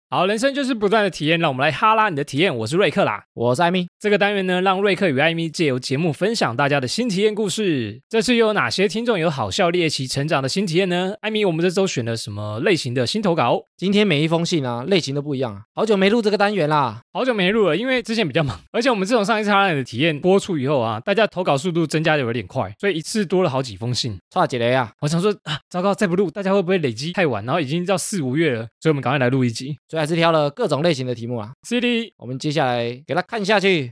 好，人生就是不断的体验，让我们来哈拉你的体验。我是瑞克啦， 我是艾米。 这个单元呢，让瑞克与艾米借由节目分享大家的新体验故事。这次又有哪些听众有好笑猎奇成长的新体验呢？艾米，我们这周选了什么类型的新投稿？ 今天每一封信啊，类型都不一样啊。好久没录这个单元啦， 好久没录了，因为之前比较忙，而且我们自从上一次哈拉你的体验播出以后啊，大家投稿速度增加的有点快，所以一次多了好几封信。 差几雷啊！ 我想说啊，糟糕，再不录，大家会不会累积太晚？然后已经到4、5月了，所以我们赶快来录一集。 所以还是挑了各种类型的题目啊。 CD， 我们接下来给它看下去。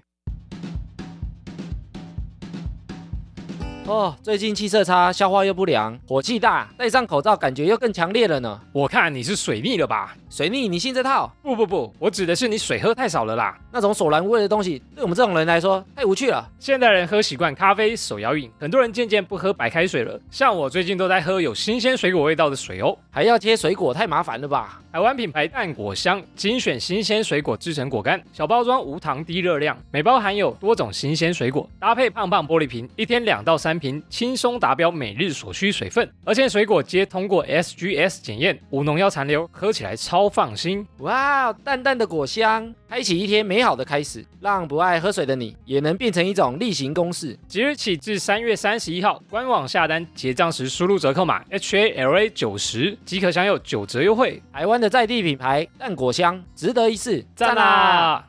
哦，最近气色差，消化又不良，火气大，戴上口罩感觉又更强烈了呢。 我看你是水逆了吧？ 水逆，你信这套？ 不，我指的是你水喝太少了啦。 那种索然无味的东西，对我们这种人来说太无趣了。 现代人喝习惯咖啡、手摇饮，很多人渐渐不喝白开水了。像我最近都在喝有新鲜水果味道的水哦。 还要切水果，太麻烦了吧？ 台湾品牌淡果香精选新鲜水果制成果干，小包装无糖低热量，每包含有多种新鲜水果，搭配胖胖玻璃瓶，一天2到3瓶，轻松达标每日所需水分，而且水果皆通过 SGS 检验，无农药残留，喝起来超放心。 哇，淡淡的果香，开启一天美好的开始，让不爱喝水的你也能变成一种例行公事。 即日起至3月31号，官网下单结账时输入折扣码 HALA90，即可享有9折优惠。 台湾的在地品牌淡果香，值得一试， 赞啦！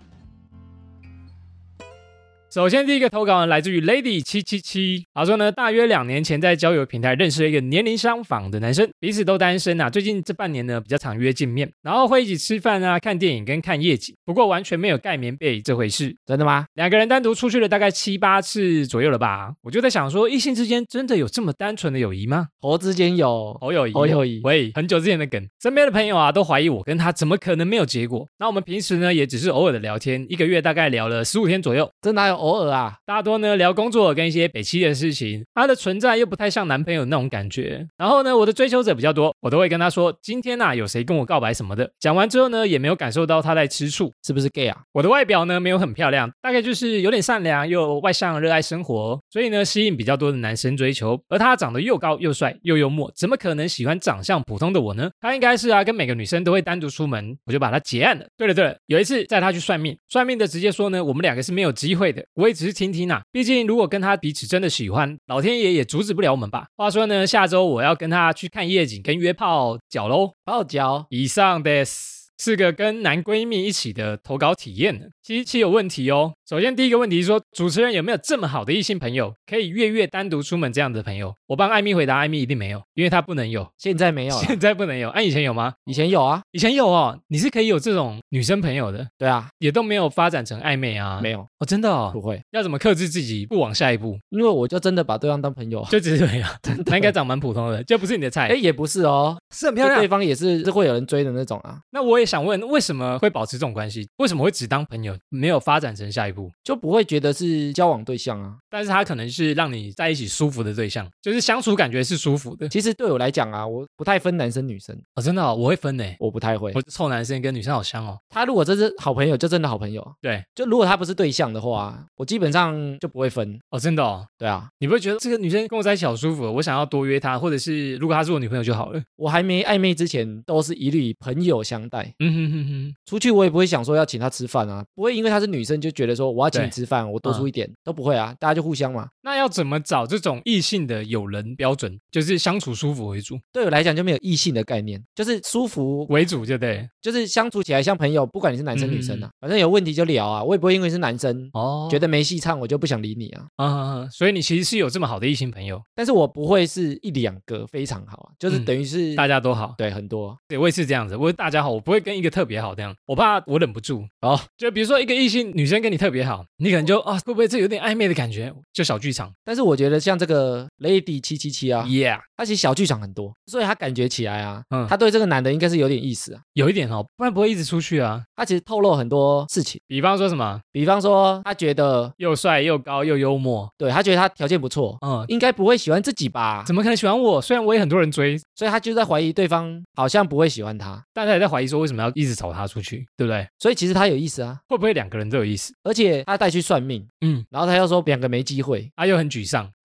首先，第一个投稿呢，来自于 Lady777，他说呢，大约2年前在交友平台认识了一个年龄相仿的男生，彼此都单身啊。最近这半年呢，比较常约见面，然后会一起吃饭啊、看电影跟看夜景，不过完全没有盖棉被这回事。 真的吗 ？2个人单独出去了大概7、8次左右了吧？我就在想说，异性之间真的有这么单纯的友谊吗？ 猴之间有侯友谊， 侯友谊， 喂，很久之前的梗。身边的朋友啊，都怀疑我跟他怎么可能没有结果。那我们平时呢，也只是偶尔的聊天，1个月大概聊了15天左右。 这哪有偶尔啊？ 大多呢聊工作跟一些北七的事情，他的存在又不太像男朋友那种感觉。然后呢，我的追求者比较多，我都会跟他说今天啊有谁跟我告白什么的。讲完之后呢，也没有感受到他在吃醋， 是不是 gay 啊？ 我的外表呢没有很漂亮，大概就是有点善良又外向，热爱生活，所以呢吸引比较多的男生追求。而他长得又高又帅又幽默，怎么可能喜欢长相普通的我呢？他应该是啊跟每个女生都会单独出门，我就把他结案了。对了，有一次带他去算命，算命的直接说呢我们2个是没有机会的，我也只是听听啊，毕竟如果跟他彼此真的喜欢，老天爷也阻止不了我们吧。话说呢，下周我要跟他去看夜景跟约泡脚咯。 泡脚。 以上です。是个跟男闺蜜一起的投稿体验呢，其实有问题哦。首先第一个问题是说，主持人有没有这么好的异性朋友，可以月单独出门这样的朋友？我帮艾米回答，艾米一定没有，因为她不能有， 现在没有了， 现在不能有。以前有吗？ 以前有啊， 以前有哦，你是可以有这种女生朋友的。 对啊， 也都没有发展成暧昧啊？ 没有哦，真的哦， 不会。 要怎么克制自己不往下一步？ 因为我就真的把对方当朋友， 就只是对啊，那应该长蛮普通的，就不是你的菜。 也不是哦， 是很漂亮， 对方也是会有人追的那种啊。 那我也想问，为什么会保持这种关系？为什么会只当朋友，没有发展成下一步？ 就不会觉得是交往对象啊？ 但是他可能是让你在一起舒服的对象，就是相处感觉是舒服的。 其实对我来讲啊，我不太分男生女生哦，真的哦，我会分呢， 我不太会。 我臭男生跟女生好香哦。 他如果真是好朋友，就真的好朋友。 对， 就如果他不是对象的话，我基本上就不会分。 哦，真的哦。 对啊， 你不会觉得这个女生跟我在一起好舒服，我想要多约她，或者是如果她是我女朋友就好了。 我还没暧昧之前，都是一律以朋友相待。 哼， 出去我也不会想说要请她吃饭啊，不会因为她是女生就觉得说我要请你吃饭，我多出一点，都不会啊，大家就互相嘛。 那要怎么找这种异性的友人标准？就是相处舒服为主。 对我来讲就没有异性的概念，就是舒服为主，就对， 就是相处起来像朋友，不管你是男生女生啊，反正有问题就聊啊，我也不会因为是男生觉得没戏唱我就不想理你啊。 所以你其实是有这么好的异性朋友， 但是我不会是1、2个非常好啊，就是等于是大家都好， 对，很多。 对，我也是这样子，我大家好，我不会跟一个特别好这样，我怕我忍不住哦。就比如说一个异性女生跟你特别好，你可能就会不会这有点暧昧的感觉，就小剧场。 但是我觉得像这个 Lady777啊 ，Yeah， 他其实小剧场很多，所以他感觉起来啊，他对这个男的应该是有点意思啊， 有一点哦，不然不会一直出去啊。 他其实透露很多事情， 比方说什么？ 比方说他觉得又帅又高又幽默， 对，他觉得他条件不错，应该不会喜欢自己吧？ 怎么可能喜欢我？虽然我也很多人追， 所以他就在怀疑对方好像不会喜欢他， 但他也在怀疑说为什么要一直找他出去，对不对？ 所以其实他有意思啊， 会不会2个人都有意思？ 而且他带去算命，然后他又说2个没机会， 他又很沮丧，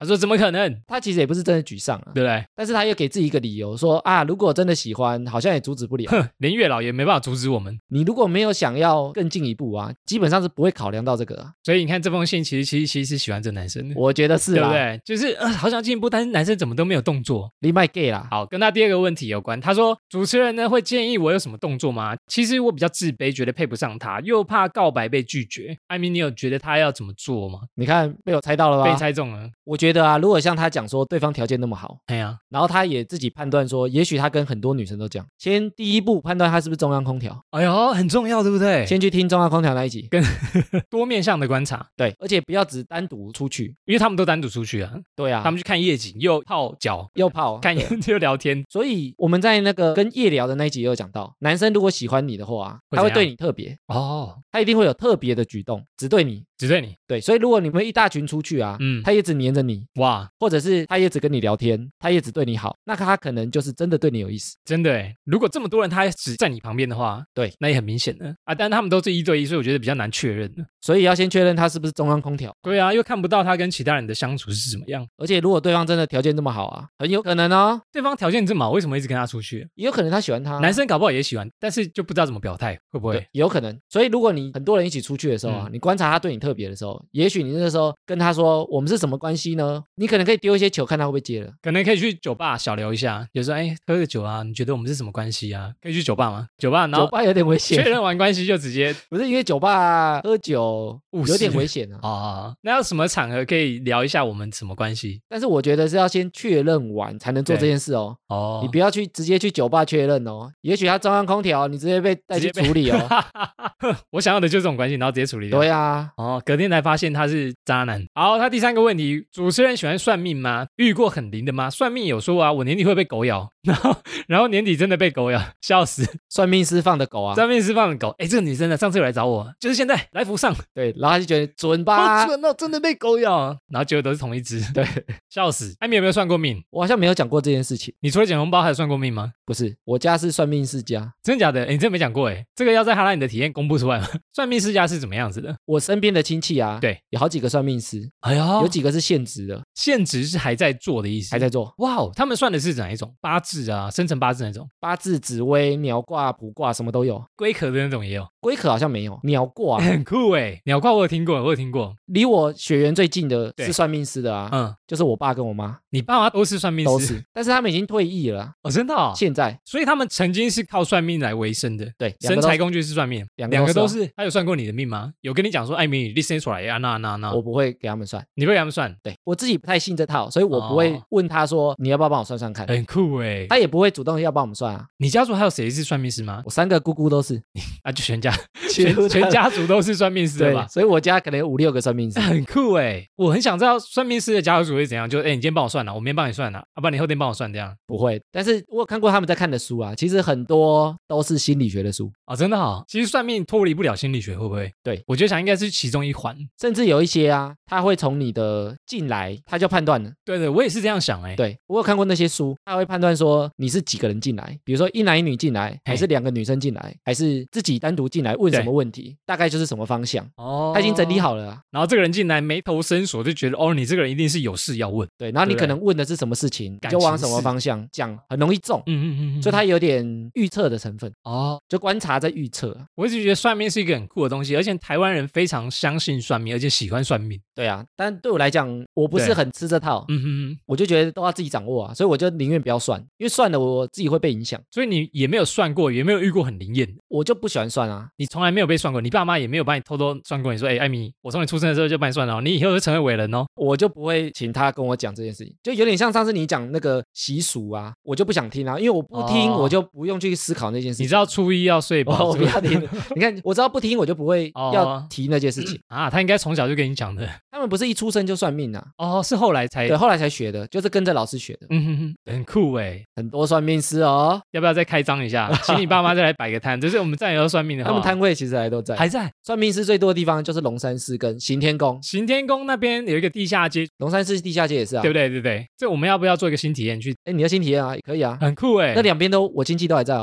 他说怎么可能？ 他其实也不是真的沮丧啊， 对不对？ 但是他又给自己一个理由说啊，如果真的喜欢，好像也阻止不了。 哼，连月老也没办法阻止我们。 你如果没有想要更进一步啊，基本上是不会考量到这个啊。 所以你看这封信其实是喜欢这男生的， 我觉得是啦， 对不对？就是好想进一步，但是男生怎么都没有动作。 你卖 gay 啦。 好，跟他第二个问题有关。他说主持人呢会建议我有什么动作吗？其实我比较自卑，觉得配不上他，又怕告白被拒绝。艾米，你有觉得他要怎么做吗？ 你看被我猜到了吧？ 被猜中了。 我觉得啊，如果像他讲说对方条件那么好， 哎呀， 然后他也自己判断说，也许他跟很多女生都讲，先第一步判断他是不是中央空调。 哎呦，很重要，对不对？ 先去听中央空调那一集， 跟多面向的观察。 对，而且不要只单独出去， 因为他们都单独出去啊。 对啊， 他们去看夜景，又泡脚， 又泡， 看又聊天。 所以我们在那个跟夜聊的那一集也有讲到，男生如果喜欢你的话，他会对你特别哦， 他一定会有特别的举动，只对你。 只对你， 对，所以如果你们一大群出去啊，他也只黏着你，哇，或者是他也只跟你聊天，他也只对你好，那他可能就是真的对你有意思。 真的耶，如果这么多人他只在你旁边的话， 对， 那也很明显的啊。但他们都是1对1，所以我觉得比较难确认的。 所以要先确认他是不是中央空调。 对啊，又看不到他跟其他人的相处是怎么样。 而且如果对方真的条件这么好啊，很有可能哦， 对方条件这么好，为什么一直跟他出去？ 也有可能他喜欢他， 男生搞不好也喜欢，但是就不知道怎么表态，会不会？ 有可能。所以如果你很多人一起出去的时候啊，你观察他对你特别的时候，也许你那个时候跟他说我们是什么关系呢？你可能可以丢一些球，看他会不会接了。 可能可以去酒吧小聊一下，有时候喝个酒啊，你觉得我们是什么关系啊？可以去酒吧吗？酒吧，然后酒吧有点危险， 确认完关系就直接不是因为酒吧喝酒有点危险啊。 哦，那要什么场合可以聊一下我们什么关系？ 但是我觉得是要先确认完才能做这件事哦。哦，你不要直接去酒吧确认哦，也许他中央空调，你直接被带去处理哦。 我想要的就是这种关系，然后直接处理掉。 对啊， 哦，隔天才发现他是渣男。好，他第3个问题，主持人喜欢算命吗？遇过很灵的吗？算命有说啊，我年底会被狗咬，然后年底真的被狗咬，笑死。 算命师放的狗啊， 算命师放的狗。这个女生呢，上次有来找我，就是现在来福上。 对，然后他就觉得准吧， 准哦，真的被狗咬，然后结果都是同一只。 对， 笑死。艾米有没有算过命？ 我好像没有讲过这件事情。 你除了捡红包，还有算过命吗？ 不是，我家是算命世家。 真的假的？你真的没讲过这个要在哈拉你的体验公布出来吗？算命世家是怎么样子的？ 我身边的亲戚啊， 对， 有好几个算命师。 哎呀， 有几个是现职的。 现职是还在做的意思？ 还在做。 哇哦，他们算的是哪一种？八字啊，生辰八字那种？ 八字、紫微、鸟卦、卜卦什么都有。 龟壳的那种也有？ 龟壳好像没有。鸟卦很酷鸟卦我有听过， 离我血缘最近的是算命师的啊，就是我爸跟我妈。 你爸妈都是算命师？ 都是，但是他们已经退役了啊。 哦，真的哦？ 现在， 所以他们曾经是靠算命来为生的。 对， 生财工具是算命，两个都是。他有算过你的命吗？有跟你讲说，艾米，你生出来啊，那我不会给他们算。 你会给他们算？ 对，我自己不太信这套，所以我不会问他说你要不要帮我算算看。 很酷他也不会主动要帮我们算啊。 你家族还有谁是算命师吗？ 我3个姑姑都是。 啊，就全家族都是算命师的吧？ 所以我家可能有5、6个算命师。 很酷我很想知道算命师的家族会怎样。就你今天帮我算了，我明天帮你算了，不然你后天帮我算这样。 不会，但是我有看过他们在看的书啊，其实很多都是心理学的书哦，真的哦。其实算命脱离不了心理学，会不会？ 对， 我觉得想应该是其中一环， 甚至有一些啊，他会从你的进来，他就判断了。 对，我也是这样想对，我有看过那些书，他会判断说你是几个人进来，比如说1男1女进来，还是2个女生进来，还是自己单独进来问什么问题，大概就是什么方向。哦，他已经整理好了啊。然后这个人进来眉头深锁，就觉得你这个人一定是有事要问。 对，然后你可能问的是什么事情，就往什么方向讲，很容易中。所以他有点预测的成分就观察在预测。 我一直觉得算命是一个很酷的东西，而且台湾人非常相信算命，而且喜欢算命。 对啊，但对我来讲，我不是很吃这套。我就觉得都要自己掌握啊，所以我就宁愿不要算，因为算了我自己会被影响。 所以你也没有算过，也没有遇过很灵验。 我就不喜欢算啊。 你从来没有被算过，你爸妈也没有帮你偷偷算过。你说，艾米，我从你出生的时候就帮你算了，你以后就成为伟人哦。 我就不会请他跟我讲这件事情，就有点像上次你讲那个习俗啊，我就不想听啊，因为我不听，我就不用去思考那件事情。 你知道初一要睡饱， 我不要听。你看，我知道不听，我就不会要提那件事情啊。他应该从小就跟你讲的。 他们不是一出生就算命啊？ 是后来才对，后来才学的，就是跟着老师学的。 很酷很多算命师哦。 要不要再开张一下，请你爸妈再来摆个摊？就是我们再也要算命的话， 他们摊位其实还在。算命师最多的地方就是龙山寺跟行天宫。 行天宫那边有一个地下街， 龙山寺地下街也是啊， 对不对？这我们要不要做一个新体验去？ 你要新体验啊，也可以啊， 很酷那2边都我亲戚都还在哦。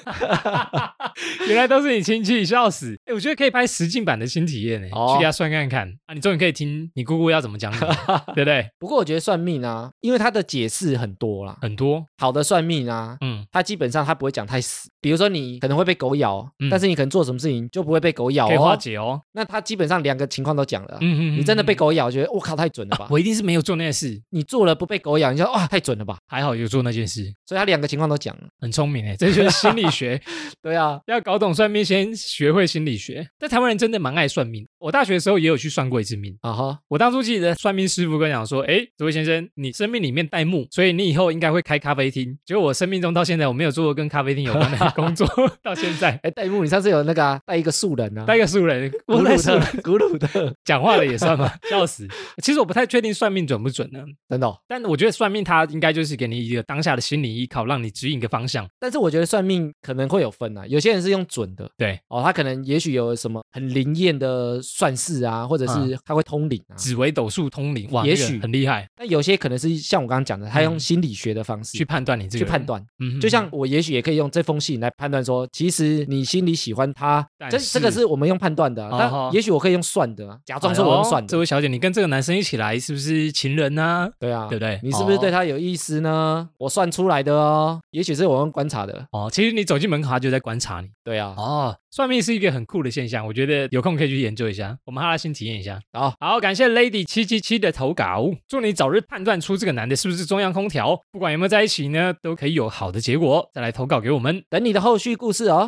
原来都是你亲戚，笑死！我觉得可以拍实境版的新体验呢，去给他算看看啊！你终于可以听你姑姑要怎么讲你，对不对？ 不过我觉得算命啊，因为它的解释很多啦， 很多好的算命啊，它基本上它不会讲太死。比如说你可能会被狗咬，但是你可能做什么事情就不会被狗咬哦， 可以化解哦。 那它基本上2个情况都讲了。你真的被狗咬，觉得我靠太准了吧？ 我一定是没有做那件事。 你做了不被狗咬，你就哇太准了吧？ 还好有做那件事， 所以它2个情况都讲了， 很聪明哎，这就是心理学。 对啊， 要搞懂算命，先学会心理学。但台湾人真的蛮爱算命，我大学的时候也有去算过一次命啊。我当初记得算命师傅跟我讲说，哎，这位先生，你生命里面带木，所以你以后应该会开咖啡厅。结果我生命中到现在我没有做过跟咖啡厅有关的工作，到现在。 哎，带木，你上次有那个带一个素人啊？ 带一个素人， 古鲁的， 讲话的也算吗？笑死！其实我不太确定算命准不准呢， 真的。 但我觉得算命它应该就是给你一个当下的心理依靠，让你指引一个方向。 但是我觉得算命可能会有分啊，有些人是用准的， 对哦，他可能也许有什么很灵验的算式啊，或者是他会通灵啊， 紫微斗数通灵，哇， 也许很厉害。 但有些可能是像我刚刚讲的，他用心理学的方式去判断你这个人， 去判断。就像我也许也可以用这封信来判断说，其实你心里喜欢他，这个是我们用判断的，但也许我可以用算的，假装说我用算的。 这位小姐，你跟这个男生一起来是不是情人呢？ 对啊， 对不对？ 你是不是对他有意思呢？我算出来的哦，也许是我用观察的哦。其实你走进门口，他就在观察你。 对啊， 哦，算命是一个很酷的现象，我觉得有空可以去研究一下，我们哈拉新体验一下。好，感谢 Lady777 的投稿，祝你早日判断出这个男的是不是中央空调，不管有没有在一起呢，都可以有好的结果。再来投稿给我们， 等你的后续故事哦。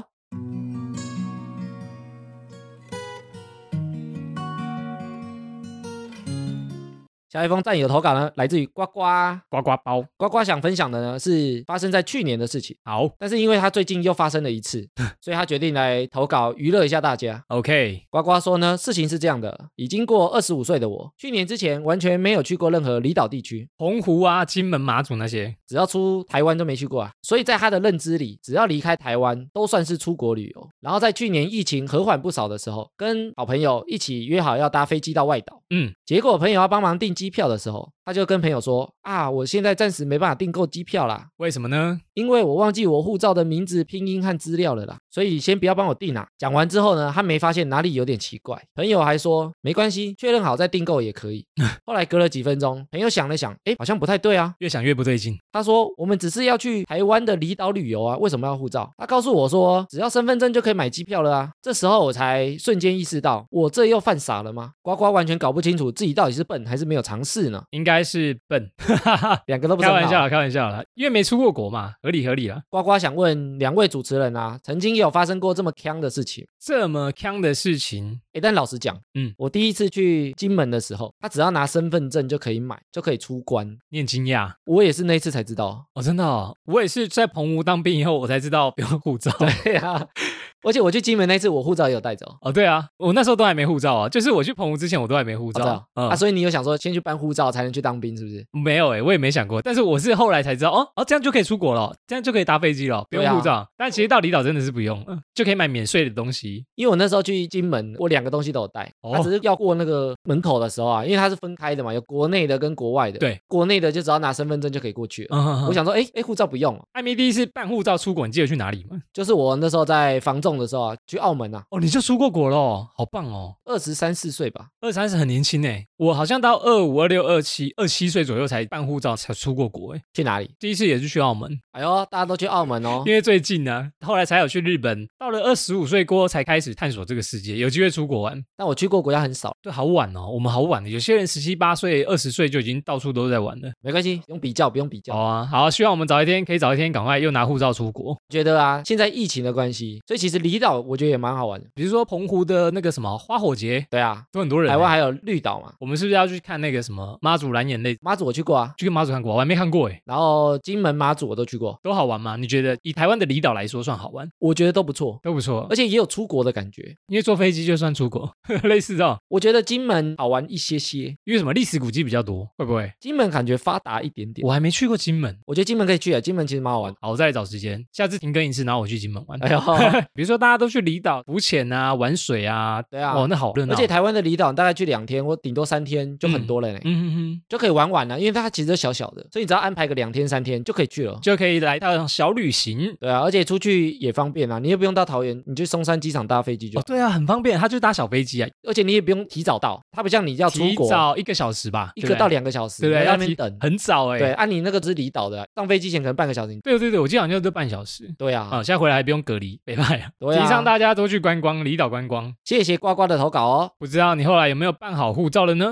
下一封战友投稿呢，来自于呱呱包。呱呱想分享的呢是发生在去年的事情。 好， 但是因为他最近又发生了一次，所以他决定来投稿娱乐一下大家。 OK， 呱呱说呢，事情是这样的，已经过25岁的我，去年之前完全没有去过任何离岛地区， 澎湖啊、金门、马祖那些， 只要出台湾都没去过啊。所以在他的认知里，只要离开台湾都算是出国旅游。然后在去年疫情和缓不少的时候，跟好朋友一起约好要搭飞机到外岛。结果朋友要帮忙订机票的时候，他就跟朋友说啊，我现在暂时没办法订购机票啦。 为什么呢？ 因为我忘记我护照的名字、拼音和资料了啦，所以先不要帮我订啦。讲完之后呢，他没发现哪里有点奇怪，朋友还说没关系，确认好再订购也可以。后来隔了几分钟，朋友想了想，好像不太对啊， 越想越不对劲。 他说我们只是要去台湾的离岛旅游啊，为什么要护照？他告诉我说只要身份证就可以买机票了啊。这时候我才瞬间意识到，我这又犯傻了吗？呱呱完全搞不清楚自己到底是笨还是没有尝试呢？ 应该是笨， 两个都不是。 开玩笑啦，因为没出过国嘛，合理啦。 呱呱想问2位主持人啊，曾经也有发生过这么坑的事情？ 这么坑的事情？ 但老实讲，我第一次去金门的时候，他只要拿身份证就可以买，就可以出关。 你很惊讶？ 我也是那一次才知道哦，真的哦，我也是在澎湖当兵以后，我才知道不用护照。 对啊。而且我去金门那次，我护照也有带走。 哦，对啊，我那时候都还没护照啊，就是我去澎湖之前我都还没护照。 所以你有想说先去办护照才能去当兵是不是？ 没有我也没想过，但是我是后来才知道，这样就可以出国了，这样就可以搭飞机了，不用护照。但其实到离岛真的是不用，就可以买免税的东西。 因为我那时候去金门，我2个东西都有带，他只是要过那个门口的时候啊，因为它是分开的嘛，有国内的跟国外的。 对， 国内的就只要拿身份证就可以过去了。我想说，护照不用。 艾米第一次办护照出国，你记得去哪里吗？ 就是我那时候在防重的时候啊，去澳门啊。 你就出过国了，好棒哦 ！23、24岁吧 ，23是很年轻诶。我好像到25、26、27岁左右才办护照才出过国诶。 去哪里？ 第一次也是去澳门。 哎呦，大家都去澳门哦， 因为最近啊，后来才有去日本。到了25岁过后才开始探索这个世界，有机会出国玩。 但我去过国家很少， 对，好晚哦，我们好晚的。有些人17、18岁、20岁就已经到处都在玩了。 没关系，不用比较，不用比较。 好啊，好，希望我们早一天赶快又拿护照出国。 觉得啊，现在疫情的关系，所以其实离岛我觉得也蛮好玩的。 比如说澎湖的那个什么花火节， 对啊， 都很多人。 台湾还有绿岛嘛， 我们是不是要去看那个什么妈祖蓝眼泪？ 妈祖我去过啊， 去跟妈祖看过，我还没看过哎。 然后金门马祖我都去过， 都好玩吗？你觉得以台湾的离岛来说算好玩？ 我觉得都不错， 都不错， 而且也有出国的感觉， 因为坐飞机就算出国，类似这种。 我觉得金门好玩一些， 因为什么历史古迹比较多，会不会？ 金门感觉发达一点点， 我还没去过金门， 我觉得金门可以去啊，金门其实蛮好玩。 好，我再来找时间，下次停更一次，然后我去金门玩。 哎呦， 比如说大家都去离岛浮潜啊、玩水啊， 对啊， 哦，那好热闹。 而且台湾的离岛大概去2天或顶多3天就很多了呢，就可以玩完了，因为它其实小小的，所以你只要安排个2天3天就可以去了， 就可以来到小旅行。 对啊，而且出去也方便啊，你也不用到桃园，你去松山机场搭飞机就好。 对啊，很方便，他就搭小飞机啊， 而且你也不用提早到，它不像你要出国提早1个小时吧 ，1个到2个小时， 对不对？ 在那边等， 很早哎。 对，按你那个只是离岛的，上飞机前可能半个小时。 对对对，我记得好像就半小时。 对啊， 现在回来还不用隔离，北派啊。 对啊， 提倡大家都去观光，离岛观光。 谢谢呱呱的投稿哦。 不知道你后来有没有办好护照了呢？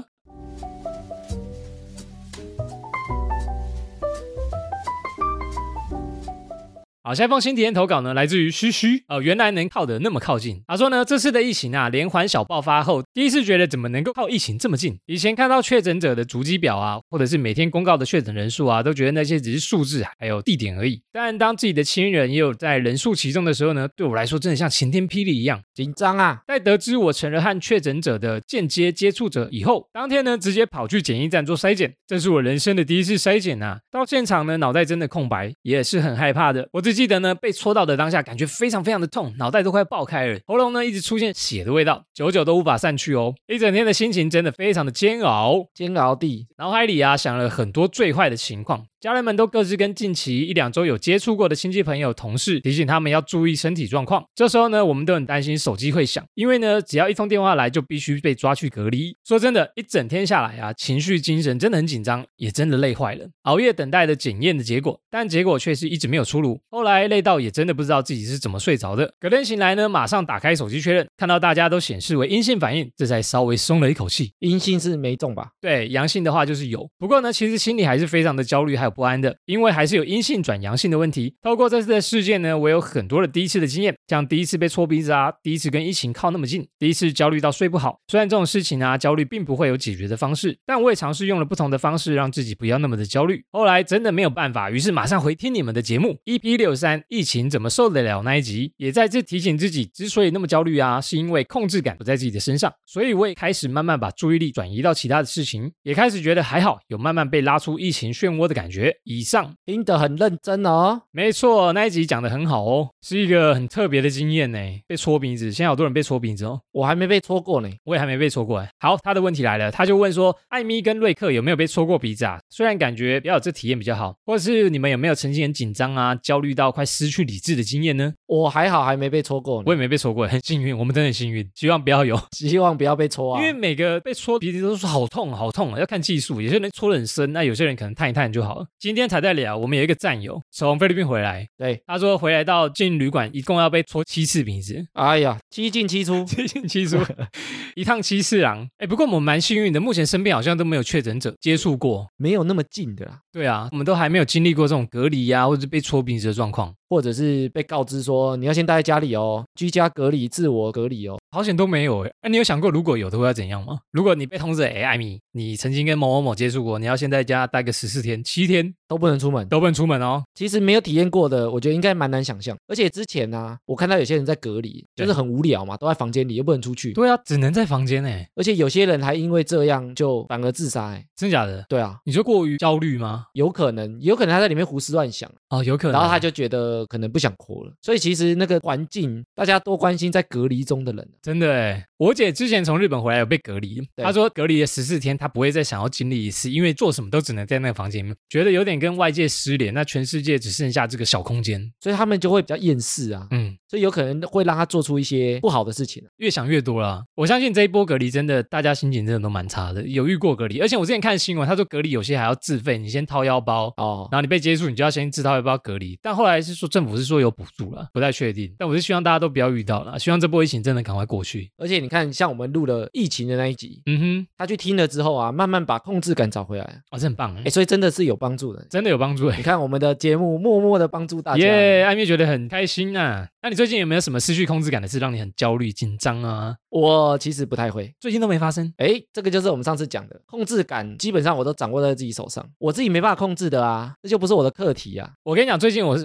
好，下一封新体验投稿呢，来自于嘘嘘原来能靠得那么靠近。他说呢，这次的疫情啊，连环小爆发后，第一次觉得怎么能够靠疫情这么近？以前看到确诊者的足迹表啊，或者是每天公告的确诊人数啊，都觉得那些只是数字还有地点而已。但当自己的亲人也有在人数其中的时候呢，对我来说真的像晴天霹雳一样紧张啊！ 在得知我成了和确诊者的间接接触者以后，当天呢直接跑去检疫站做筛检，这是我人生的第一次筛检啊。到现场呢，脑袋真的空白，也是很害怕的。我只记得呢，被戳到的当下，感觉非常非常的痛，脑袋都快爆开了，喉咙呢一直出现血的味道，久久都无法散去哦。一整天的心情真的非常的煎熬， 煎熬地， 脑海里啊想了很多最坏的情况。家人们都各自跟近期1-2周有接触过的亲戚朋友同事提醒他们要注意身体状况。这时候呢，我们都很担心手机会响，因为呢只要一通电话来就必须被抓去隔离。说真的，一整天下来啊，情绪精神真的很紧张，也真的累坏了。熬夜等待的检验的结果，但结果却是一直没有出炉。后来累到也真的不知道自己是怎么睡着的。隔天醒来呢，马上打开手机确认，看到大家都显示为阴性反应，这才稍微松了一口气。 阴性是没中吧？ 对，阳性的话就是有。不过呢，其实心里还是非常的焦虑还有不安的，因为还是有阴性转阳性的问题。透过这次的事件呢，我有很多的第一次的经验，像第一次被戳鼻子啊，第一次跟疫情靠那么近，第一次焦虑到睡不好。虽然这种事情啊，焦虑并不会有解决的方式，但我也尝试用了不同的方式，让自己不要那么的焦虑。后来真的没有办法，于是马上回听你们的节目 EP63 疫情怎么受得了那一集，也再次提醒自己，之所以那么焦虑啊，是因为控制感不在自己的身上。所以我也开始慢慢把注意力转移到其他的事情，也开始觉得还好，有慢慢被拉出疫情漩涡的感觉。以上听得很认真哦。 没错，那一集讲得很好哦，是一个很特别的经验呢。被戳鼻子，现在好多人被戳鼻子哦， 我还没被戳过呢， 我也还没被戳过哎。好，他的问题来了，他就问说，艾咪跟瑞克有没有被戳过鼻子啊？虽然感觉比较有这体验比较好，或者是你们有没有曾经很紧张啊、焦虑到快失去理智的经验呢？ 我还好，还没被戳过呢。 我也没被戳过，很幸运，我们真的很幸运，希望不要有， 希望不要被戳啊。 因为每个被戳鼻子都说好痛好痛，要看技术，有些人戳得很深，那有些人可能探一探就好了。今天才在聊，我们有一个战友从菲律宾回来， 对， 他说回来到进旅馆一共要被戳7次鼻子， 哎呀，7进7出 7进7出一趟7次郎。不过我们蛮幸运的，目前身边好像都没有确诊者接触过， 没有那么近的啦。 对啊，我们都还没有经历过这种隔离啊，或者被戳鼻子的状况， 或者是被告知说你要先待在家里哦，居家隔离、自我隔离哦。 好险都没有你有想过如果有的会要怎样吗？如果你被通知艾米，你曾经跟某某某接触过，你要先在家待个14天、7天都不能出门， 都不能出门哦。 其实没有体验过的，我觉得应该蛮难想象。而且之前啊，我看到有些人在隔离，就是很无聊嘛，都在房间里又不能出去。 对啊，只能在房间而且有些人还因为这样就反而自杀真假的？ 对啊， 你说过于焦虑吗？ 有可能他在里面胡思乱想哦，有可能。 然后他就觉得可能不想活了。所以其实那个环境，大家多关心在隔离中的人。 真的我姐之前从日本回来有被隔离，她说隔离了14天，她不会再想要经历一次，因为做什么都只能在那个房间里面，觉得有点跟外界失联，那全世界只剩下这个小空间， 所以他们就会比较厌世啊。所以有可能会让他做出一些不好的事情。 越想越多了。我相信这一波隔离真的大家心情真的都蛮差的，有遇过隔离，而且我之前看新闻，他说隔离有些还要自费，你先掏腰包然后你被接触你就要先自掏腰包隔离，但后来是说政府是说有补助了，不太确定，但我是希望大家都不要遇到了，希望这波疫情真的赶快过去。 而且你看像我们录了疫情的那一集，他去听了之后啊，慢慢把控制感找回来， 这很棒所以真的是有帮助的， 真的有帮助你看我们的节目默默的帮助大家艾米觉得很开心啊。那你最近有没有什么失去控制感的事让你很焦虑紧张啊？ 我其实不太会， 最近都没发生。 这个就是我们上次讲的控制感，基本上我都掌握在自己手上，我自己没办法控制的啊，这就不是我的课题啊。 我跟你讲，最近我是很紧张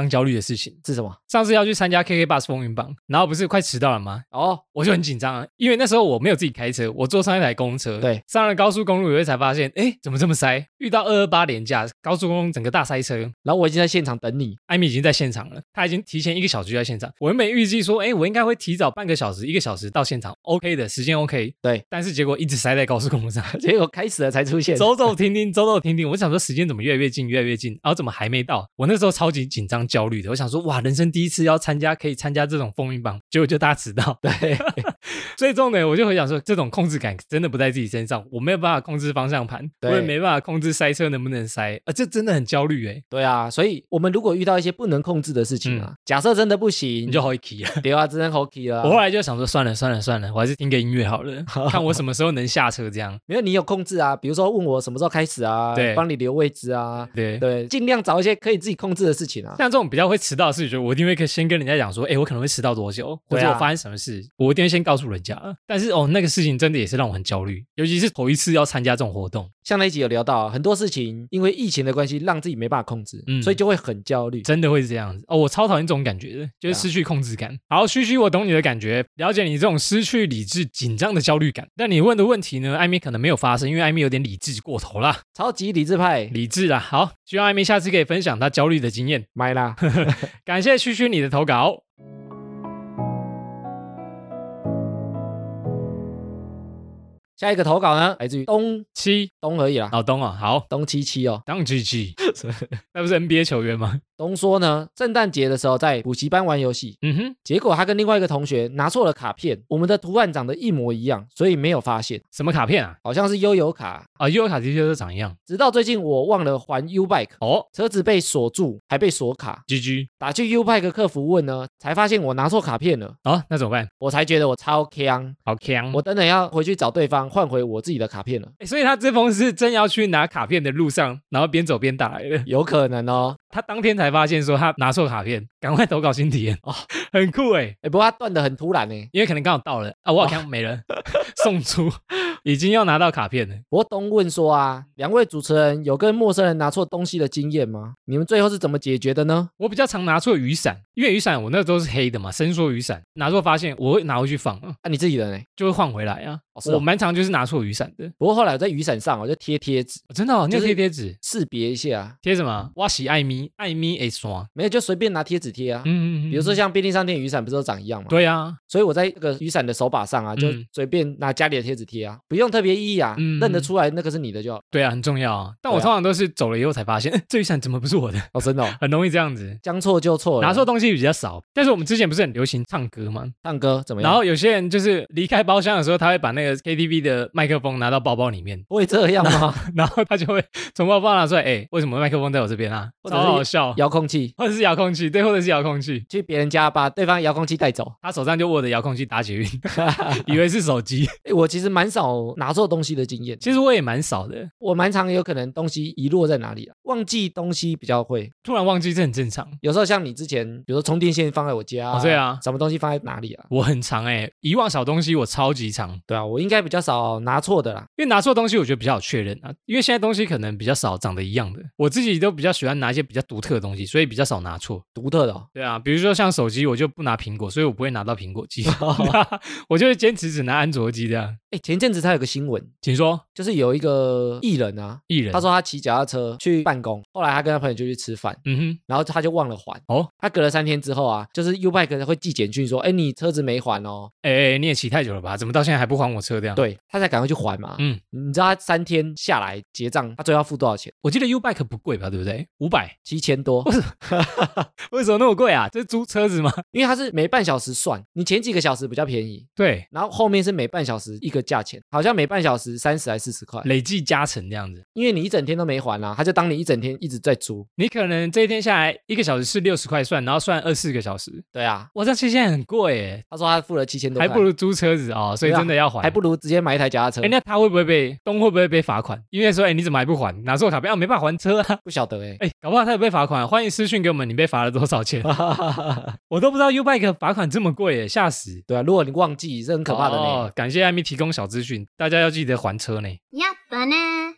焦虑的事情。 是什么？ 上次要去参加 KKBOX 风云榜，然后不是快迟到了吗？我就很紧张啊，因为那时候我没有自己开车，我坐上一台公车， 对， 上了高速公路以后才发现，怎么这么塞？遇到228连假，高速公路整个大塞车， 然后我已经在现场等你， 艾米已经在现场了，他已经提前1个小时就在现场。我原本预计说，我应该会提早半个小时、1个小时到现场 ，OK 的时间 OK， 对， 但是结果一直塞在高速公路上， 结果开始了才出现， 走走停停，走走停停。我想说时间怎么越来越近，越来越近，然后怎么还没到？我那时候超级紧张焦虑的，我想说哇，人生第一次要可以参加这种风云榜，结果就大家迟到。 对， 最重的我就会想说，这种控制感真的不在自己身上，我没有办法控制方向盘，我也没办法控制塞车能不能塞，这真的很焦虑对啊，所以我们如果遇到一些不能控制的事情啊，假设真的不行， 你就 hockey 了。 对啊，只能 hockey 了。 我后来就想说，算了，我还是听个音乐好了，看我什么时候能下车这样。 没有，你有控制啊，比如说问我什么时候开始啊， 对， 帮你留位置啊， 对， 尽量找一些可以自己控制的事情啊。 像这种比较会迟到的事情，我一定会先跟人家讲说，我可能会迟到多久，或者我发生什么事，我一定会先告诉人家。但是那个事情真的也是让我很焦虑，尤其是头一次要参加这种活动。 像那一集有聊到很多事情，因为疫情的关系，让自己没办法控制，所以就会很焦虑， 真的会是这样子。我超讨厌这种感觉的，就是失去控制感。好，嘘嘘，我懂你的感觉，了解你这种失去理智、紧张的焦虑感。但你问的问题呢，艾米可能没有发生，因为艾米有点理智过头啦， 超级理智派， 理智啦。好，希望艾米下次可以分享她焦虑的经验。 买啦， 感谢嘘嘘你的投稿。 下一个投稿呢，来自于东而已啦。 东好， 东77哦， 东77，那不是 NBA 球员吗？ 东说呢，圣诞节的时候在补习班玩游戏，结果他跟另外一个同学拿错了卡片，我们的图案长得一模一样，所以没有发现。 什么卡片啊？ 好像是悠游卡啊，悠游卡的确都长一样。 直到最近我忘了还 U-Bike， 车子被锁住，还被锁卡。 GG， 打去 U-Bike 客服问呢，才发现我拿错卡片了。 那怎么办？ 我才觉得我超呛， 好呛， 我等等要回去找对方换回我自己的卡片了。 所以他这封是真要去拿卡片的路上，然后边走边打来的， 有可能哦。 他当天才发现说他拿错卡片，赶快投稿新体验很酷不过他断得很突然因为可能刚好到了我好像没了送出，已经要拿到卡片了。 不过东问说啊，两位主持人有跟陌生人拿错东西的经验吗？你们最后是怎么解决的呢？ 我比较常拿错雨伞，因为雨伞我那都是黑的嘛，伸缩雨伞，拿错发现我会拿回去放你自己的呢？ 就会换回来啊。我蛮常就是拿错雨伞的。 不过后来我在雨伞上我就贴贴纸。 真的你有贴贴纸识别一下。 贴什么？我喜艾咪会刷， 没有就随便拿贴纸贴啊。比如说像便利商店雨伞不是都长一样吗？ 对啊， 所以我在这个雨伞的手把上啊，就随便拿家里的贴纸贴啊，不用特别意义啊，认得出来那个是你的就好。 对啊，很重要啊。但我通常都是走了以后才发现，这雨伞怎么不是我的？ 真的很容易这样子， 将错就错了， 拿错东西比较少。但是我们之前不是很流行唱歌吗？ 唱歌怎么样？ 然后有些人就是离开包厢的时候，他会把那个 KTV 的麦克风拿到包包里面。 会这样吗？ 然后他就会从包包拿出来，为什么麦克风在我这边啊？超好笑。 遥控器， 或者是遥控器，对，或者是遥控器。 去别人家把对方遥控器带走， 他手上就握着遥控器打捷运，以为是手机。 我其实蛮少拿错东西的经验， 其实我也蛮少的， 我蛮常有可能东西遗落在哪里忘记东西比较会， 突然忘记这很正常。 有时候像你之前，比如说充电线放在我家， 对啊， 什么东西放在哪里啊？ 我很常遗忘小东西，我超级常。 对啊，我应该比较少拿错的啦， 因为拿错东西我觉得比较好确认啊，因为现在东西可能比较少长得一样的，我自己都比较喜欢拿一些比较独特的东西，所以比较少拿错。 独特的对啊，比如说像手机，我就不拿苹果，所以我不会拿到苹果机，我就会坚持只拿安卓机这样。 前阵子他有个新闻， 请说。 就是有一个艺人，他说他骑脚踏车去办公，后来他跟他朋友就去吃饭，然后他就忘了还。他隔了3天之后啊，就是 U-Bike 会寄简讯说，你车子没还哦。 你也骑太久了吧？怎么到现在还不还我车这样？ 对，他才赶快去还嘛。你知道他3天下来结账，他最后要付多少钱？ 我记得 U-Bike 不贵吧，对不对？500，7000 多。 为什么那么贵啊？这是租车子吗？ 因为它是每半小时算，你前几个小时比较便宜， 对， 然后后面是每半小时一个价钱，好像每半小时30还40块， 累计加成这样子。 因为你一整天都没还他就当你一整天一直在租， 你可能这一天下来1个小时是60块算，然后算24个小时。 对啊， 哇，这现在很贵耶。 他说他付了7000多块， 还不如租车子所以真的要还， 还不如直接买一台脚踏车。 那他会不会被罚款？因为说你怎么还不还？拿错卡片没办法还车啊？ 不晓得搞不好他有被罚款，欢迎私讯给我们，你被罚了多少钱？我都不知道 U-Bike 罚款这么贵耶，吓死。 对啊，如果你忘记是很可怕的呢。 感谢艾米提供小资讯，大家要记得还车呢。 やっぱね。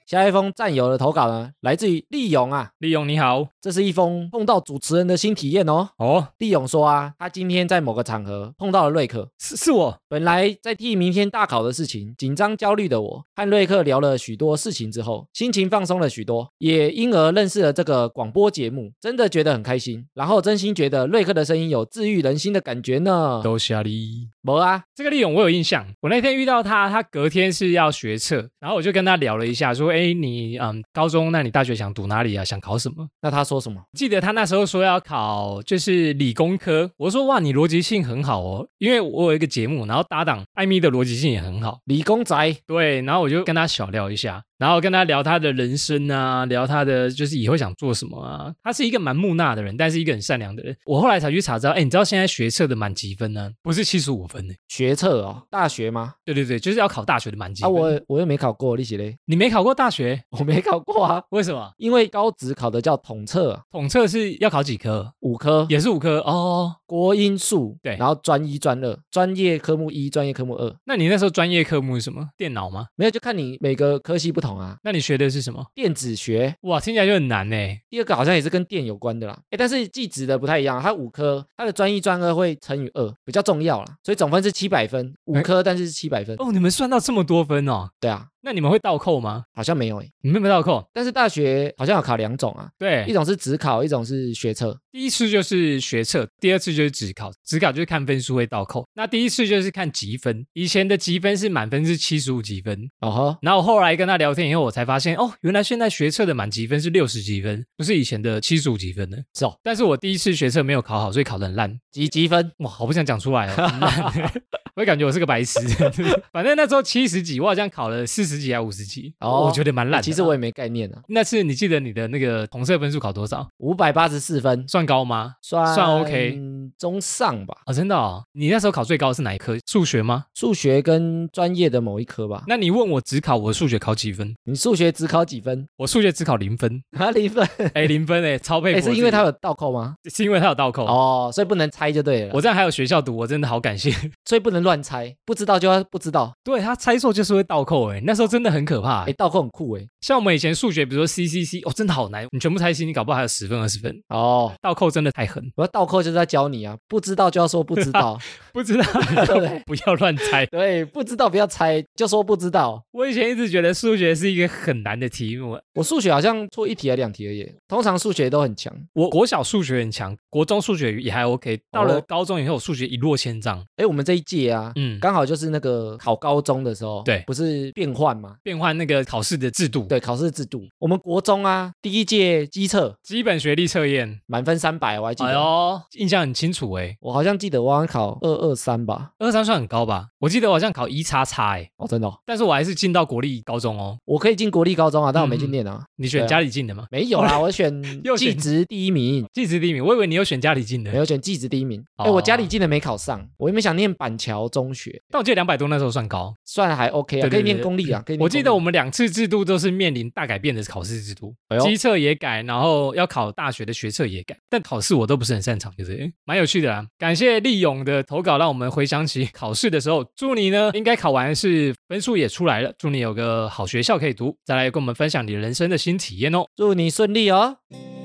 下一封战友的投稿呢，来自于立勇啊。 立勇你好， 这是一封碰到主持人的新体验哦。立勇说啊，他今天在某个场合碰到了瑞克， 是我。 本来在替明天大考的事情紧张焦虑的我，和瑞克聊了许多事情之后，心情放松了许多，也因而认识了这个广播节目，真的觉得很开心。然后真心觉得瑞克的声音有治愈人心的感觉呢。 都下哩。 没啊， 这个立勇我有印象，我那天遇到他，他隔天是要学测，然后我就跟他聊了一下，说，哎，你高中，那你大学想读哪里啊？想考什么？ 那他说什么？ 记得他那时候说要考就是理工科，我说哇，你逻辑性很好哦，因为我有一个节目，然后搭档艾米的逻辑性也很好， 理工宅。 对，然后我就跟他小聊一下。然后跟他聊他的人生啊，聊他的就是以后想做什么啊。他是一个蛮木讷的人，但是一个很善良的人。我后来才去查知道，哎，你知道现在学测的满级分呢，不是75分呢？ 学测哦，大学吗？ 对对对，就是要考大学的满级分。 啊， 我又没考过，你写嘞？ 你没考过大学？ 我没考过啊。 为什么？ 因为高职考的叫统测， 统测是要考几科 ？5科， 也是5科哦。 国英数， 对， 然后专1、专2，专业科目1，专业科目2。 那你那时候专业科目是什么？电脑吗？ 没有，就看你每个科系不同啊。 那你学的是什么？ 电子学。 哇，听起来就很难呢。 第二个好像也是跟电有关的啦。但是技职的不太一样，它5科，它的专1、专2会乘以2，比较重要啦。所以总分是700分，5科但是是700分。 哦，你们算到这么多分哦？ 对啊。 那你们会倒扣吗？ 好像没有你们没有倒扣， 但是大学好像有考2种啊。 对， 一种是指考，一种是学测。 第一次就是学测，第二次就是指考。指考就是看分数会倒扣，那第一次就是看积分。以前的积分是满分是75积分，然后我后来跟他聊天以后，我才发现哦，原来现在学测的满积分是60积分，不是以前的75积分呢。 是哦， 但是我第一次学测没有考好，所以考得很烂。 几积分？ 哇，好不想讲出来哦，很烂。我也感觉我是个白痴。反正那时候70几，我好像考了40几还50几，我觉得蛮烂的。 其实我也没概念啊。 那次你记得你的那个统测分数考多少 ？584分， 算高吗？ 算 OK， 中上吧。 真的哦。你那时候考最高是哪一科？数学吗？ 数学跟专业的某一科吧。 那你问我只考我数学考几分？ 你数学只考几分？ 我数学只考0分。 0分 ？0分超佩服。 是因为他有倒扣吗？ 是因为他有倒扣哦，所以不能猜就对了。 我这样还有学校读，我真的好感谢。 所以不能乱猜，不知道就要不知道。 对，他猜错就是会倒扣那时候真的很可怕。 倒扣很酷像我们以前数学，比如说 C， 真的好难，你全部猜 C， 你搞不好还有10分20分。 哦， 倒扣真的太狠。 我要倒扣就是在教你啊，不知道就要说不知道， 不知道不要乱猜。 对，不知道不要猜，就说不知道。 我以前一直觉得数学是一个很难的题目， 我数学好像错1题还2题而已，通常数学都很强。 我国小数学很强，国中数学也还 OK， 到了高中以后，数学一落千丈。 我们这一届啊，刚好就是那个考高中的时候， 对， 不是变换吗？ 变换那个考试的制度， 对，考试制度。我们国中啊，第一届基测， 基本学历测验， 满分300，我还记得。 哎呦，印象很清楚我好像记得我好像考223吧 ，223算很高吧？我记得我好像考1XX 真的。 但是我还是进到国立高中哦。 我可以进国立高中啊，但我没进念啊。 你选家里进的吗？ 没有啦，我选技职第1名。 技职第1名，我以为你有选家里进的。 没有选技职第1名。我家里进的没考上，我原本想念板桥中学， 但我记得200多那时候算高， 算还 OK 啊，可以念公立啊。 我记得我们2次制度都是面临大改变的考试制度，基测也改，然后要考大学的学测也改，但考试我都不是很擅长，就是蛮有趣的啦。感谢立勇的投稿，让我们回想起考试的时候。祝你呢，应该考完是分数也出来了，祝你有个好学校可以读，再来跟我们分享你人生的新体验哦。 祝你顺利哦。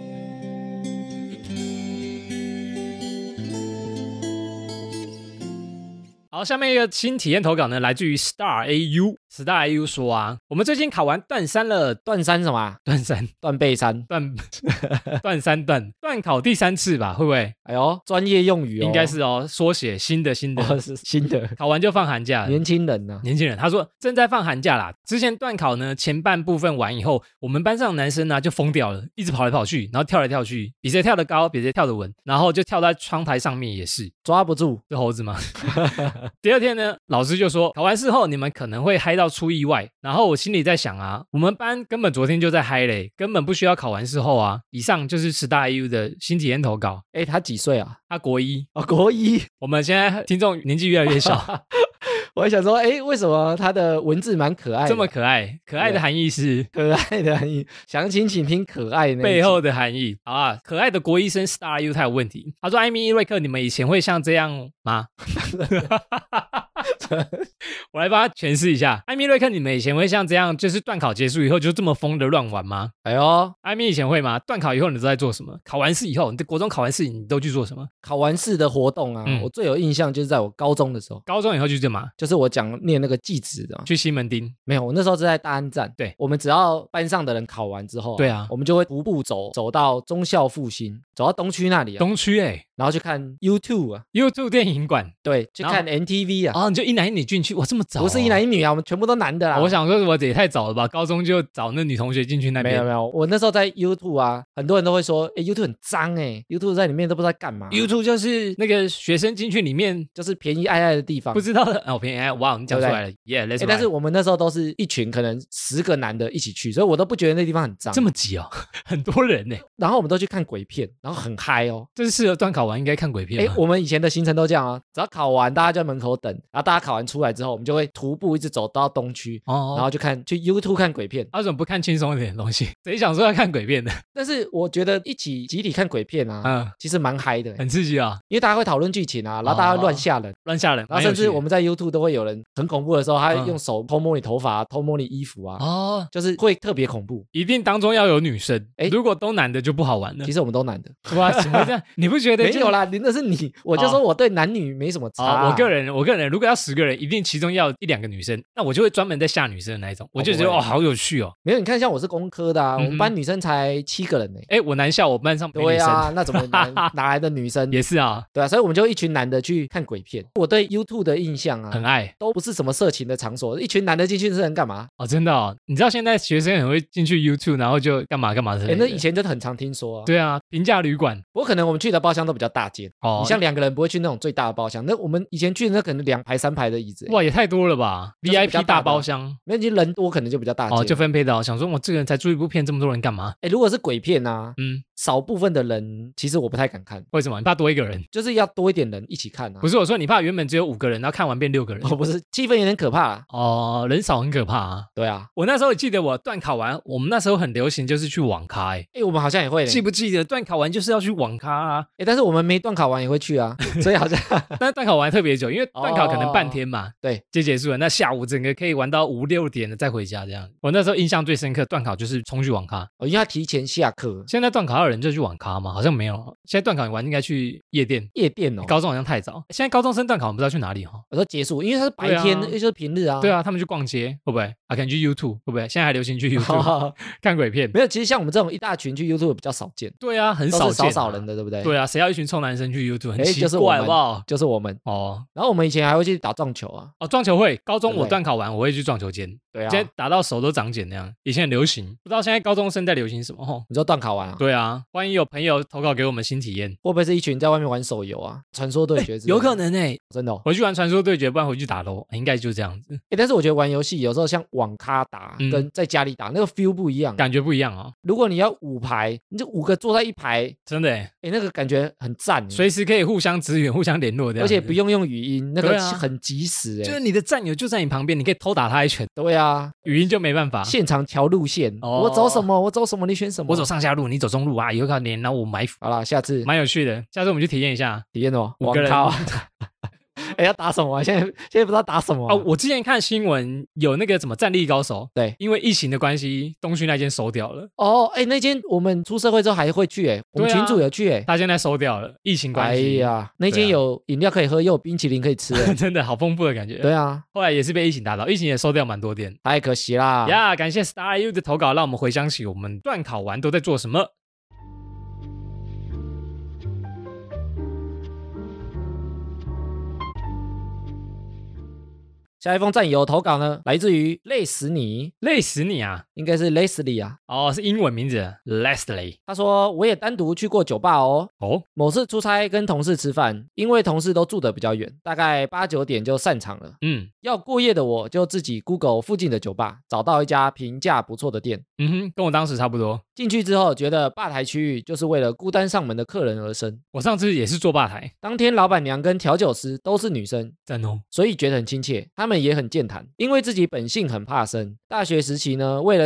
好，下面一个新体验投稿呢，来自于 Star AU。Star AU 说啊，我们最近考完段3了。 段3什么？ 段3， 断背山， 段考第3次吧？会不会？ 哎呦，专业用语应该是缩写新的，是新的。 考完就放寒假了。 年轻人啊， 年轻人，他说正在放寒假啦。之前段考呢，前半部分完以后，我们班上男生呢就疯掉了，一直跑来跑去，然后跳来跳去，比谁跳得高，比谁跳得稳，然后就跳在窗台上面也是抓不住， 是猴子吗？第二天呢，老师就说考完试后你们可能会嗨到出意外，然后我心里在想啊，我们班根本昨天就在嗨嘞，根本不需要考完试后啊。以上就是Star AU的新体验投稿。 他几岁啊？ 他国1。 国1。 我们现在听众年纪越来越小。 我还想说，为什么他的文字蛮可爱的？ 这么可爱？可爱的含义是可爱的含义，详情请听可爱那背后的含义。好啊，可爱的国1生 Star AU 他有问题。他说：艾米瑞克，你们以前会像这样吗？ 我来帮他诠释一下。艾米瑞克，你们以前会像这样，就是段考结束以后就这么疯的乱玩吗？ 哎呦， 艾米以前会吗？段考以后你都在做什么？考完试以后，你的国中考完试你都去做什么？ 考完试的活动啊，我最有印象就是在我高中的时候。 高中以后去干嘛？ 就是我讲念那个技职的， 去西门町。 没有，我那时候是在大安站。 对， 我们只要班上的人考完之后， 对啊， 我们就会徒步走到忠孝复兴，走到东区那里啊。 东区然后去看 YouTube 啊 ，YouTube 电影馆。 对，去看 NTV 啊。 你就一男一女进去，哇，这么早？ 不是一男一女啊，我们全部都男的啦。 我想说，我也太早了吧？高中就找那女同学进去那边。 没有，我那时候在 YouTube 啊，很多人都会说，YouTube 很脏，YouTube 在里面都不知道在干嘛。 YouTube 就是那个学生进去里面， 就是便宜爱的地方。 不知道的便宜爱，哇，你讲出来了，Yeah， 但是我们那时候都是一群可能10个男的一起去，所以我都不觉得那地方很脏。 这么挤哦，很多人呢。 然后我们都去看鬼片，然后很嗨哦。 这是适合段考完应该看鬼片。 我们以前的行程都这样啊，只要考完，大家就在门口等，然后大家考完出来之后，我们就会徒步一直走到东区，然后去YouTube 看鬼片。 为什么不看轻松一点的东西？谁想说要看鬼片的？ 但是我觉得一起集体看鬼片啊，其实蛮嗨的， 很刺激啊， 因为大家会讨论剧情啊，然后大家会乱吓人， 然后甚至我们在 YouTube 都会有人很恐怖的时候，他用手偷摸你头发，偷摸你衣服啊，就是会特别恐怖。 一定当中要有女生，如果都男的就不好玩了。 其实我们都男的， 哇，怎么这样？你不觉得？ 没有啦，那是你，我就说我对男女没什么差。 我个人，如果要10个人，一定其中要1-2个女生，那我就会专门在吓女生的那一种，我就觉得好有趣哦。 没有，你看像我是工科的啊，我们班女生才7个人呢。 我男校，我班上没女生。 对啊，那怎么哪来的女生？ 也是啊， 对啊，所以我们就一群男的去看鬼片。我对 YouTube 的印象啊， 很爱， 都不是什么色情的场所，一群男的进去是能干嘛？ 真的哦，你知道现在学生很会进去 YouTube， 然后就干嘛的。 那以前就很常听说啊。 对啊，平价旅馆。 不过可能我们去的包厢都比较大间你像2个人不会去那种最大的包厢，那我们以前去的那可能2排3排的椅子。 哇，也太多了吧 ！VIP 大包厢， 那已经人多可能就比较大间。 就分配到，想说我这个人才租一部片，这么多人干嘛？ 如果是鬼片啊，少部分的人其实我不太敢看。 为什么？你怕多一个人？ 就是要多一点人一起看啊。 不是我说你怕原本只有5个人，然后看完变6个人。 不是，气氛有点可怕人少很可怕啊。 对啊， 我那时候记得我段考完，我们那时候很流行就是去网咖。 我们好像也会。 记不记得段考完就是要去网咖啊？ 但是我们没段考完也会去啊，所以好像但是段考完特别久，因为段考可能半天嘛， 对， 就结束了。那下午整个可以玩到5-6点的再回家这样。我那时候印象最深刻，段考就是冲去网咖。 因为他提前下课。 现在段考的人就去网咖吗？好像没有。现在段考完应该去夜店。 夜店哦， 高中好像太早。现在高中生段考我们不知道去哪里哈。 我说结束，因为他是白天，就是平日啊。 对啊，他们去逛街会不会可能去 YouTube 会不会？现在还流行去 YouTube 看鬼片。 没有，其实像我们这种一大群去 YouTube 比较少见。 对啊，很少见， 少人的，对不对？ 对啊，谁要一群臭男生去 YouTube？很奇怪，好不好？ 就是我们然后我们以前还会去打撞球啊。 撞球会。高中我段考完，我会去撞球间。 对啊， 现在打到手都长茧那样。以前很流行，不知道现在高中生在流行什么你说段考完啊？ 对啊，欢迎有朋友投稿给我们新体验。 会不会是一群在外面玩手游啊？传说对决有可能真的回去玩传说对决，不然回去打咯。应该就这样子。 但是我觉得玩游戏有时候像网咖打跟在家里打那个 feel 不一样， 感觉不一样哦。 如果你要5排，你就5个坐在一排， 真的那个感觉很赞， 随时可以互相支援、互相联络的， 而且不用语音，那个很及时就是你的战友就在你旁边，你可以偷打他一拳。 对啊， 语音就没办法。 现场调路线，我走什么，我走什么，你选什么？ 我走上下路，你走中路啊，以后靠连，然后我埋伏。 好了，下次蛮有趣的，下次我们去体验一下。 体验什么 ？5个人。 要打什么？现在不知道打什么我之前看新闻有那个什么战力高手， 对， 因为疫情的关系，东区那间收掉了。 那间我们出社会之后还会去我们群主有去他现在收掉了，疫情关系。 那间有饮料可以喝，又有冰淇淋可以吃真的好丰富的感觉。 对啊， 后来也是被疫情打倒，疫情也收掉蛮多店， 太可惜啦。 感谢 Star U 的投稿，让我们回想起我们段考完都在做什么。 下一封战友投稿呢，来自于累死你啊， 应该是 Leslie 啊。 是英文名字 Leslie。 他说我也单独去过酒吧某次出差跟同事吃饭，因为同事都住得比较远，大概8-9点就散场了。要过夜的我就自己 Google 附近的酒吧，找到一家评价不错的店。 跟我当时差不多。 进去之后觉得吧台区域就是为了孤单上门的客人而生。 我上次也是坐吧台， 当天老板娘跟调酒师都是女生， 赞所以觉得很亲切。他们也很健谈，因为自己本性很怕生。大学时期呢，为了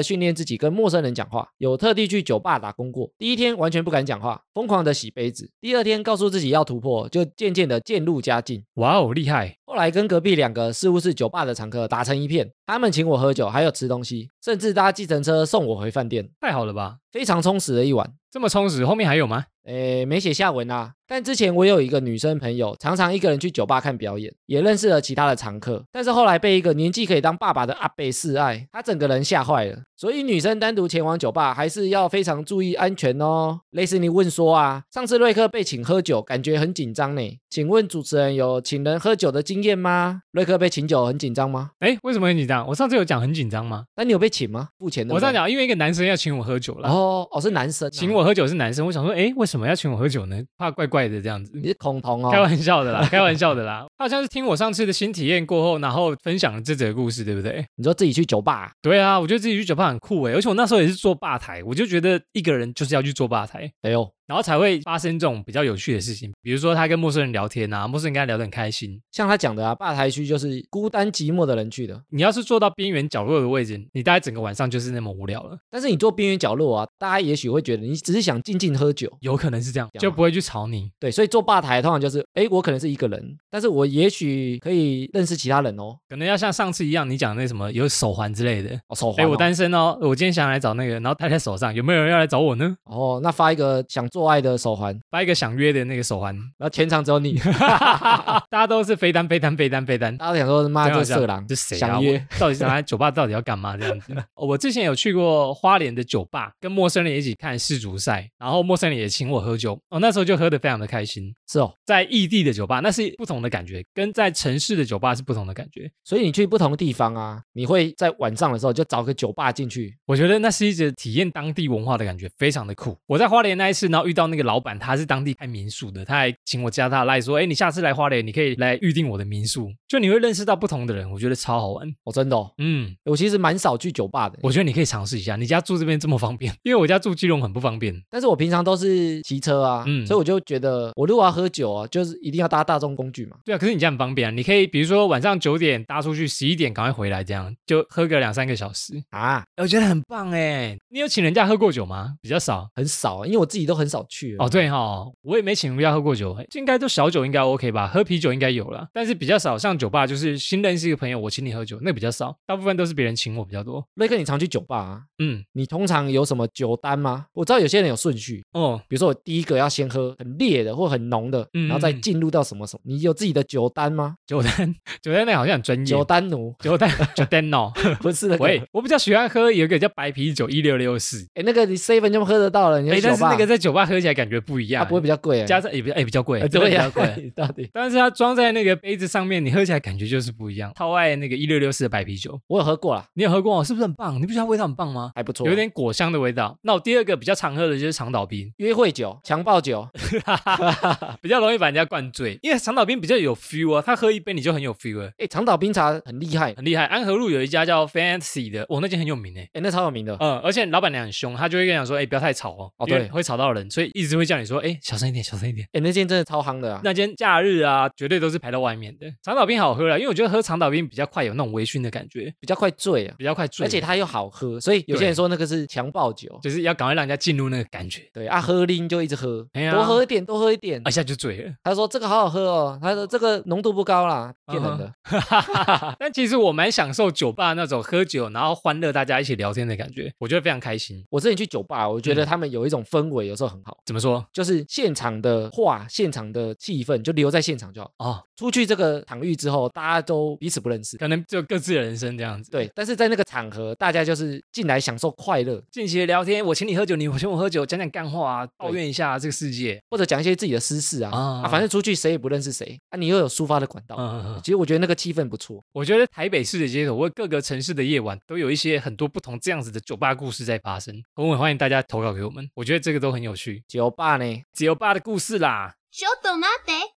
了训练自己跟陌生人讲话，有特地去酒吧打工过。第一天完全不敢讲话，疯狂的洗杯子。第二天告诉自己要突破，就渐渐的渐入佳境。 哇哦，厉害！ 后来跟隔壁2个似乎是酒吧的常客打成一片，他们请我喝酒，还有吃东西，甚至搭计程车送我回饭店。 太好了吧？ 非常充实的一晚。 这么充实，后面还有吗？ 没写下文啊。但之前我有一个女生朋友，常常一个人去酒吧看表演，也认识了其他的常客。但是后来被一个年纪可以当爸爸的阿伯示爱，她整个人吓坏了。所以女生单独前往酒吧，还是要非常注意安全哦。雷斯尼问说啊，上次瑞克被请喝酒，感觉很紧张呢。请问主持人有请人喝酒的经验吗？瑞克被请酒很紧张吗？ 为什么很紧张？我上次有讲很紧张吗？ 那你有被请吗？付钱的。 我上次讲，因为一个男生要请我喝酒了。 是男生、 请我喝酒是男生。我想说，为什么要请我喝酒呢？怕怪怪的这样子。 你是恐同哦？ 开玩笑的啦，开玩笑的啦。他好像是听我上次的新体验过后，然后分享了这则故事，对不对？ 你说自己去酒吧？ 对啊，我觉得自己去酒吧很酷而且我那时候也是坐吧台，我就觉得一个人就是要去坐吧台。 哎呦。 然后才会发生这种比较有趣的事情，比如说他跟陌生人聊天啊，陌生人跟他聊得很开心。 像他讲的啊，吧台区就是孤单寂寞的人去的。 你要是坐到边缘角落的位置，你大概整个晚上就是那么无聊了。 但是你坐边缘角落啊，大家也许会觉得你只是想静静喝酒， 有可能是这样，就不会去吵你。 对，所以坐吧台通常就是，我可能是一个人，但是我也许可以认识其他人哦。 可能要像上次一样，你讲那什么有手环之类的。 手环。 我单身哦，我今天想来找那个，然后戴在手上，有没有人要来找我呢？ 那发一个想做爱的手环。 发一个想约的那个手环， 然后全场只有你， 大家都是飞单，大家都想说妈这色狼， 这谁啊？ 想约到底来酒吧到底要干嘛这样子？我之前有去过花莲的酒吧，跟陌生人一起看世足赛，然后陌生人也请我喝酒，那时候就喝得非常的开心。 是哦， 在异地的酒吧那是不同的感觉，跟在城市的酒吧是不同的感觉。 所以你去不同的地方啊，你会在晚上的时候就找个酒吧进去。 我觉得那是一直体验当地文化的感觉，非常的酷。我在花莲那一次，然后遇到那个老板，他是当地开民宿的，他还请我加他的赖说，你下次来花莲，你可以来预定我的民宿，就你会认识到不同的人，我觉得超好玩。 真的哦。我其实蛮少去酒吧的。 我觉得你可以尝试一下，你家住这边这么方便，因为我家住基隆很不方便。 但是我平常都是骑车啊，所以我就觉得我如果要喝酒啊，就是一定要搭大众工具嘛。 对啊，可是你家很方便啊，你可以比如说晚上9点搭出去，11点赶快回来，这样就喝个2-3个小时啊。我觉得很棒哎。你有请人家喝过酒吗？比较少， 很少，因为我自己都很少去了。 对我也没请人家喝过酒，应该都小酒应该 OK 吧，喝啤酒应该有啦，但是比较少。像酒吧就是新认识一个朋友，我请你喝酒，那比较少，大部分都是别人请我比较多。 瑞克，你常去酒吧啊？你通常有什么酒单吗？我知道有些人有顺序比如说我第一个要先喝很烈的或很浓的，然后再进入到什么什么。你有自己的酒单吗？ 酒单那个好像很专业。 酒单奴， 酒单哦， 不是那个。 喂，我比较喜欢喝有一个叫白啤酒1664。 那个你 7 就喝得到了。 但是那个在酒吧喝起来感觉不一样， 它不会比较贵加上也比较贵， 对呀， 到底。但是它装在那个杯子上面，你喝起来感觉就是不一样。超爱那个1664的白啤酒， 我有喝过啦。 你有喝过是不是很棒？你不觉得味道很棒吗？ 还不错， 有点果香的味道。那我第二个比较常喝的就是长岛冰， 约会酒、强暴酒， 比较容易把人家灌醉，因为长岛冰比较有 feel 啊，他喝一杯你就很有 feel 了。 长岛冰茶很厉害， 很厉害。安和路有一家叫 Fancy 的，那间很有名那超有名的。 而且老板娘很凶，他就会跟你讲说，不要太吵对，会吵到人，所以一直会叫你说，小声一点，小声一点。 那间真的超夯的啊， 那间假日啊，绝对都是排到外面的。长岛冰好喝啦，因为我觉得喝长岛冰比较快有那种微醺的感觉， 比较快醉啊， 比较快醉， 而且它又好喝，所以有些人说那个是强暴酒， 就是要赶快让人家进入那个感觉。 对啊，喝拎就一直喝，多喝一点，多喝一点， 一下就醉了。 他说这个好好喝哦，他说这个浓度不高啦，骗人的。 但其实我蛮享受酒吧那种喝酒然后欢乐大家一起聊天的感觉，我觉得非常开心。 我之前去酒吧，我觉得他们有一种氛围，有时候很好。 怎么说？ 就是现场的话，现场的气氛就留在现场就好。出去这个场域之后，大家都彼此不认识， 可能就各自的人生这样子。 对，但是在那个场合，大家就是进来享受快乐， 尽情的聊天，我请你喝酒，你请我喝酒，讲讲干话啊，抱怨一下这个世界， 或者讲一些自己的私事啊，反正出去谁也不认识谁你又有抒发的管道。其实我觉得那个气氛不错。 我觉得台北市的街头或各个城市的夜晚都有一些很多不同这样子的酒吧故事在发生，我很欢迎大家投稿给我们，我觉得这个都很有趣。 酒吧呢？ 酒吧的故事啦。 ちょっと待って。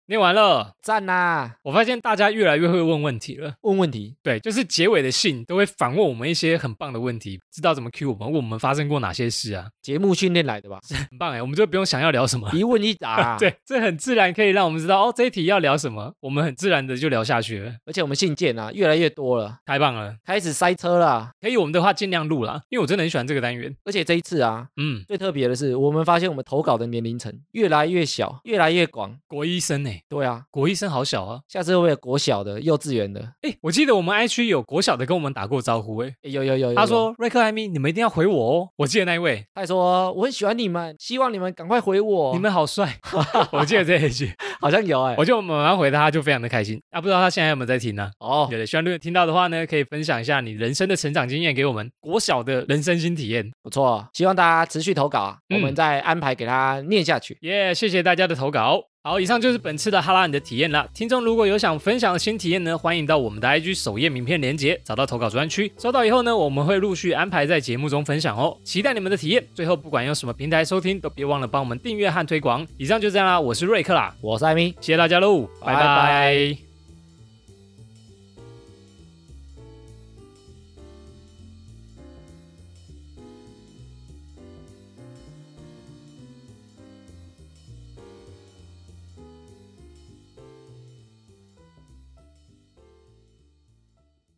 念完了， 赞啦！ 我发现大家越来越会问问题了。 问问题， 对，就是结尾的信都会反问我们一些很棒的问题，知道怎么 cue 我们，问我们发生过哪些事啊？ 节目训练来的吧？ 很棒哎，我们就不用想要聊什么， 一问一答。 对，这很自然可以让我们知道哦，这一题要聊什么，我们很自然的就聊下去了。 而且我们信件啊越来越多了， 太棒了， 开始塞车了。 可以我们的话尽量录啦，因为我真的很喜欢这个单元。 而且这一次啊，最特别的是，我们发现我们投稿的年龄层越来越小，越来越广。 国一生哎， 对啊， 国一生好小啊， 下次会不会有国小的、幼稚园的？ 哎，我记得我们 I 区有国小的跟我们打过招呼哎， 有， 他说瑞克艾米，你们一定要回我哦。我记得那一位， 他还说我很喜欢你们，希望你们赶快回我， 你们好帅。我记得这一句好像有哎， 我就马上回他，就非常的开心啊。不知道他现在有没有在听呢？ 哦， 对的，希望如果听到的话呢，可以分享一下你人生的成长经验给我们，国小的人生新体验， 不错。希望大家持续投稿啊，我们再安排给他念下去。 耶，谢谢大家的投稿。好，以上就是本次的哈拉你的体验啦。听众如果有想分享的新体验呢，欢迎到我们的 IG 首页名片连结，找到投稿专区，收到以后呢，我们会陆续安排在节目中分享哦。期待你们的体验。最后，不管用什么平台收听，都别忘了帮我们订阅和推广。以上就这样啦，我是瑞克啦， 我是艾米， 谢谢大家喽，拜拜。